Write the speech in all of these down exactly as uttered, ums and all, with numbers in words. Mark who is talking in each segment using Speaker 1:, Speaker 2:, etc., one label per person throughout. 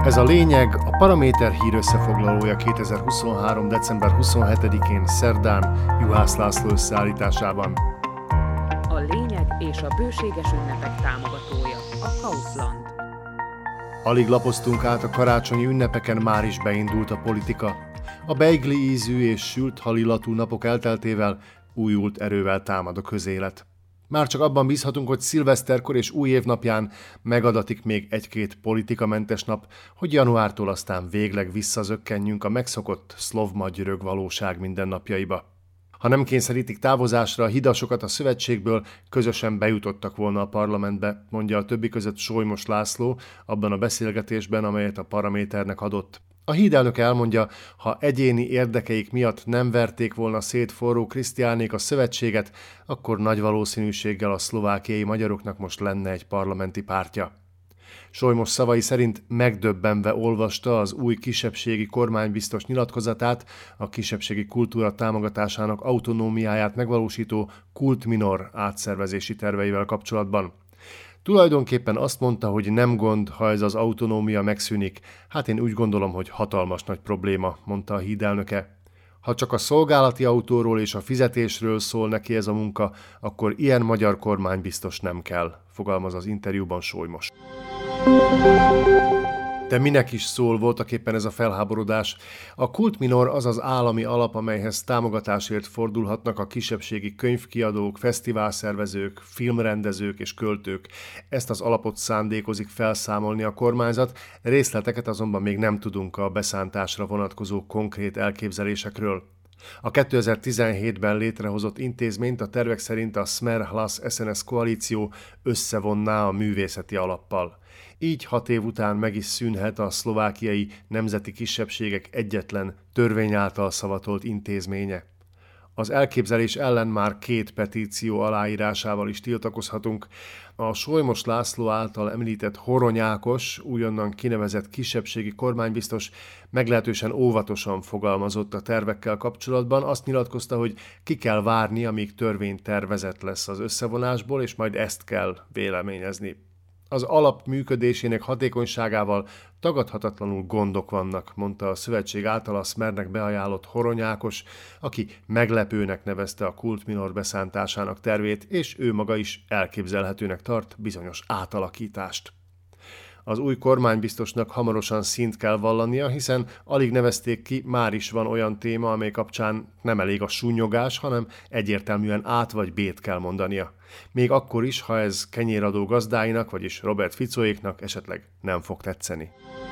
Speaker 1: Ez a lényeg, a Paraméter hír összefoglalója kétezer-huszonhárom. december huszonhetedikén szerdán Juhász László összeállításában.
Speaker 2: A lényeg és a bőséges ünnepek támogatója a Kaufland.
Speaker 1: Alig lapoztunk át a karácsonyi ünnepeken, már is beindult a politika. A beigli ízű és sült halilatú napok elteltével újult erővel támad a közélet. Már csak abban bízhatunk, hogy szilveszterkor és új év napján megadatik még egy-két politikamentes nap, hogy januártól aztán végleg visszazökkenjünk a megszokott szlovmagy-rög valóság mindennapjaiba. Ha nem kényszerítik távozásra a hidasokat a szövetségből, közösen bejutottak volna a parlamentbe, mondja a többi között Solymos László abban a beszélgetésben, amelyet a Paraméternek adott. A hídelnök elmondja, ha egyéni érdekeik miatt nem verték volna szét Forró Krisztiánék a szövetséget, akkor nagy valószínűséggel a szlovákiai magyaroknak most lenne egy parlamenti pártja. Solymos szavai szerint megdöbbenve olvasta az új kisebbségi kormánybiztos nyilatkozatát, a kisebbségi kultúra támogatásának autonómiáját megvalósító Kult Minor átszervezési terveivel kapcsolatban. Tulajdonképpen azt mondta, hogy nem gond, ha ez az autonómia megszűnik. Hát én úgy gondolom, hogy hatalmas nagy probléma, mondta a hídelnöke. Ha csak a szolgálati autóról és a fizetésről szól neki ez a munka, akkor ilyen magyar kormány biztos nem kell, fogalmaz az interjúban Solymos. De minek is szól voltaképpen ez a felháborodás? A Kult Minor az az állami alap, amelyhez támogatásért fordulhatnak a kisebbségi könyvkiadók, fesztiválszervezők, filmrendezők és költők. Ezt az alapot szándékozik felszámolni a kormányzat, részleteket azonban még nem tudunk a beszántásra vonatkozó konkrét elképzelésekről. A kétezer-tizenhétben létrehozott intézményt a tervek szerint a Smer-Hlas-es en es koalíció összevonná a művészeti alappal. Így hat év után meg is szűnhet a szlovákiai nemzeti kisebbségek egyetlen törvény által szavatolt intézménye. Az elképzelés ellen már két petíció aláírásával is tiltakozhatunk. A Solymos László által említett Horony Ákos, újonnan kinevezett kisebbségi kormánybiztos meglehetősen óvatosan fogalmazott a tervekkel kapcsolatban. Azt nyilatkozta, hogy ki kell várni, amíg törvénytervezet lesz az összevonásból, és majd ezt kell véleményezni. Az alap működésének hatékonyságával tagadhatatlanul gondok vannak, mondta a szövetség által a Smernek beajánlott Horony Ákos, aki meglepőnek nevezte a Kult Minor beszántásának tervét, és ő maga is elképzelhetőnek tart bizonyos átalakítást. Az új kormánybiztosnak hamarosan színt kell vallania, hiszen alig nevezték ki, már is van olyan téma, amely kapcsán nem elég a sunnyogás, hanem egyértelműen át vagy bét kell mondania. Még akkor is, ha ez kenyéradó gazdáinak, vagyis Robert Ficóéknak esetleg nem fog tetszeni.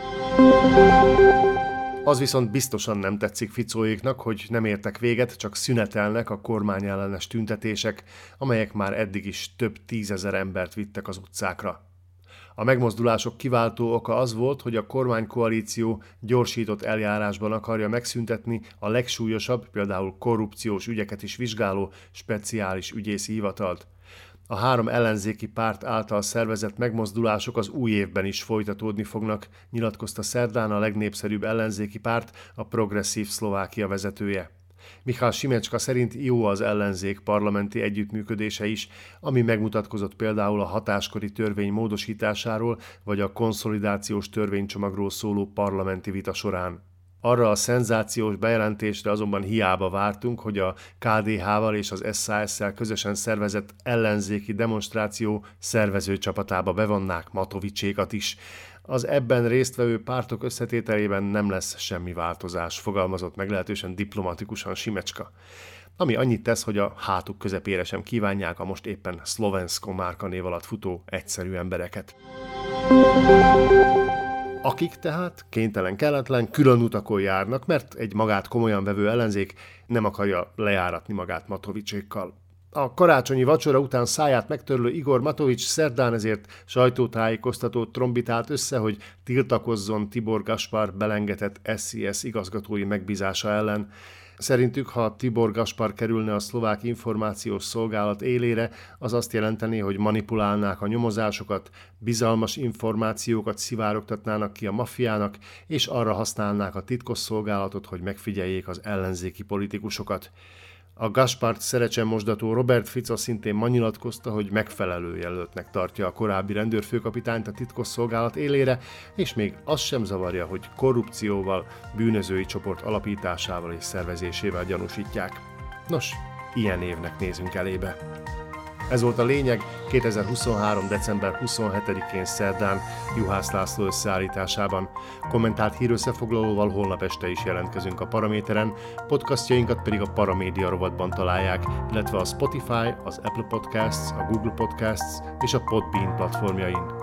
Speaker 1: Az viszont biztosan nem tetszik Ficóéknak, hogy nem értek véget, csak szünetelnek a kormányellenes tüntetések, amelyek már eddig is több tízezer embert vittek az utcákra. A megmozdulások kiváltó oka az volt, hogy a kormánykoalíció gyorsított eljárásban akarja megszüntetni a legsúlyosabb, például korrupciós ügyeket is vizsgáló speciális ügyészi hivatalt. A három ellenzéki párt által szervezett megmozdulások az új évben is folytatódni fognak, nyilatkozta szerdán a legnépszerűbb ellenzéki párt, a Progresszív Szlovákia vezetője. Michal Simecska szerint jó az ellenzék parlamenti együttműködése is, ami megmutatkozott például a hatáskori törvény módosításáról vagy a konszolidációs törvénycsomagról szóló parlamenti vita során. Arra a szenzációs bejelentésre azonban hiába vártunk, hogy a ká dé há-val és az es zé á es-szel közösen szervezett ellenzéki demonstráció szervező csapatába bevonnák Matovicsékat is. Az ebben résztvevő pártok összetételében nem lesz semmi változás, fogalmazott meglehetősen diplomatikusan Simecska. Ami annyit tesz, hogy a hátuk közepére sem kívánják a most éppen Szlovensko márkanév alatt futó egyszerű embereket. Akik tehát kénytelen, kelletlen, külön utakon járnak, mert egy magát komolyan vevő ellenzék nem akarja lejáratni magát Matovicsékkal. A karácsonyi vacsora után száját megtörlő Igor Matovics szerdán ezért sajtótájékoztatót trombitált össze, hogy tiltakozzon Tibor Gaspar belengetett es zé es igazgatói megbízása ellen. Szerintük, ha Tibor Gaspar kerülne a szlovák információs szolgálat élére, az azt jelenteni, hogy manipulálnák a nyomozásokat, bizalmas információkat szivárogtatnának ki a maffiának, és arra használnák a titkosszolgálatot, hogy megfigyeljék az ellenzéki politikusokat. A Gaspart szerecsen mosdató Robert Fico szintén ma nyilatkozta, hogy megfelelő jelöltnek tartja a korábbi rendőrfőkapitányt a titkosszolgálat élére, és még az sem zavarja, hogy korrupcióval, bűnözői csoport alapításával és szervezésével gyanúsítják. Nos, ilyen évnek nézünk elébe. Ez volt a lényeg kétezer-huszonhárom. december huszonhetedikén szerdán Juhász László összeállításában. Kommentált hírösszefoglalóval holnap este is jelentkezünk a Paraméteren, podcastjainkat pedig a Paramédia rovatban találják, illetve a Spotify, az Apple Podcasts, a Google Podcasts és a Podbean platformjain.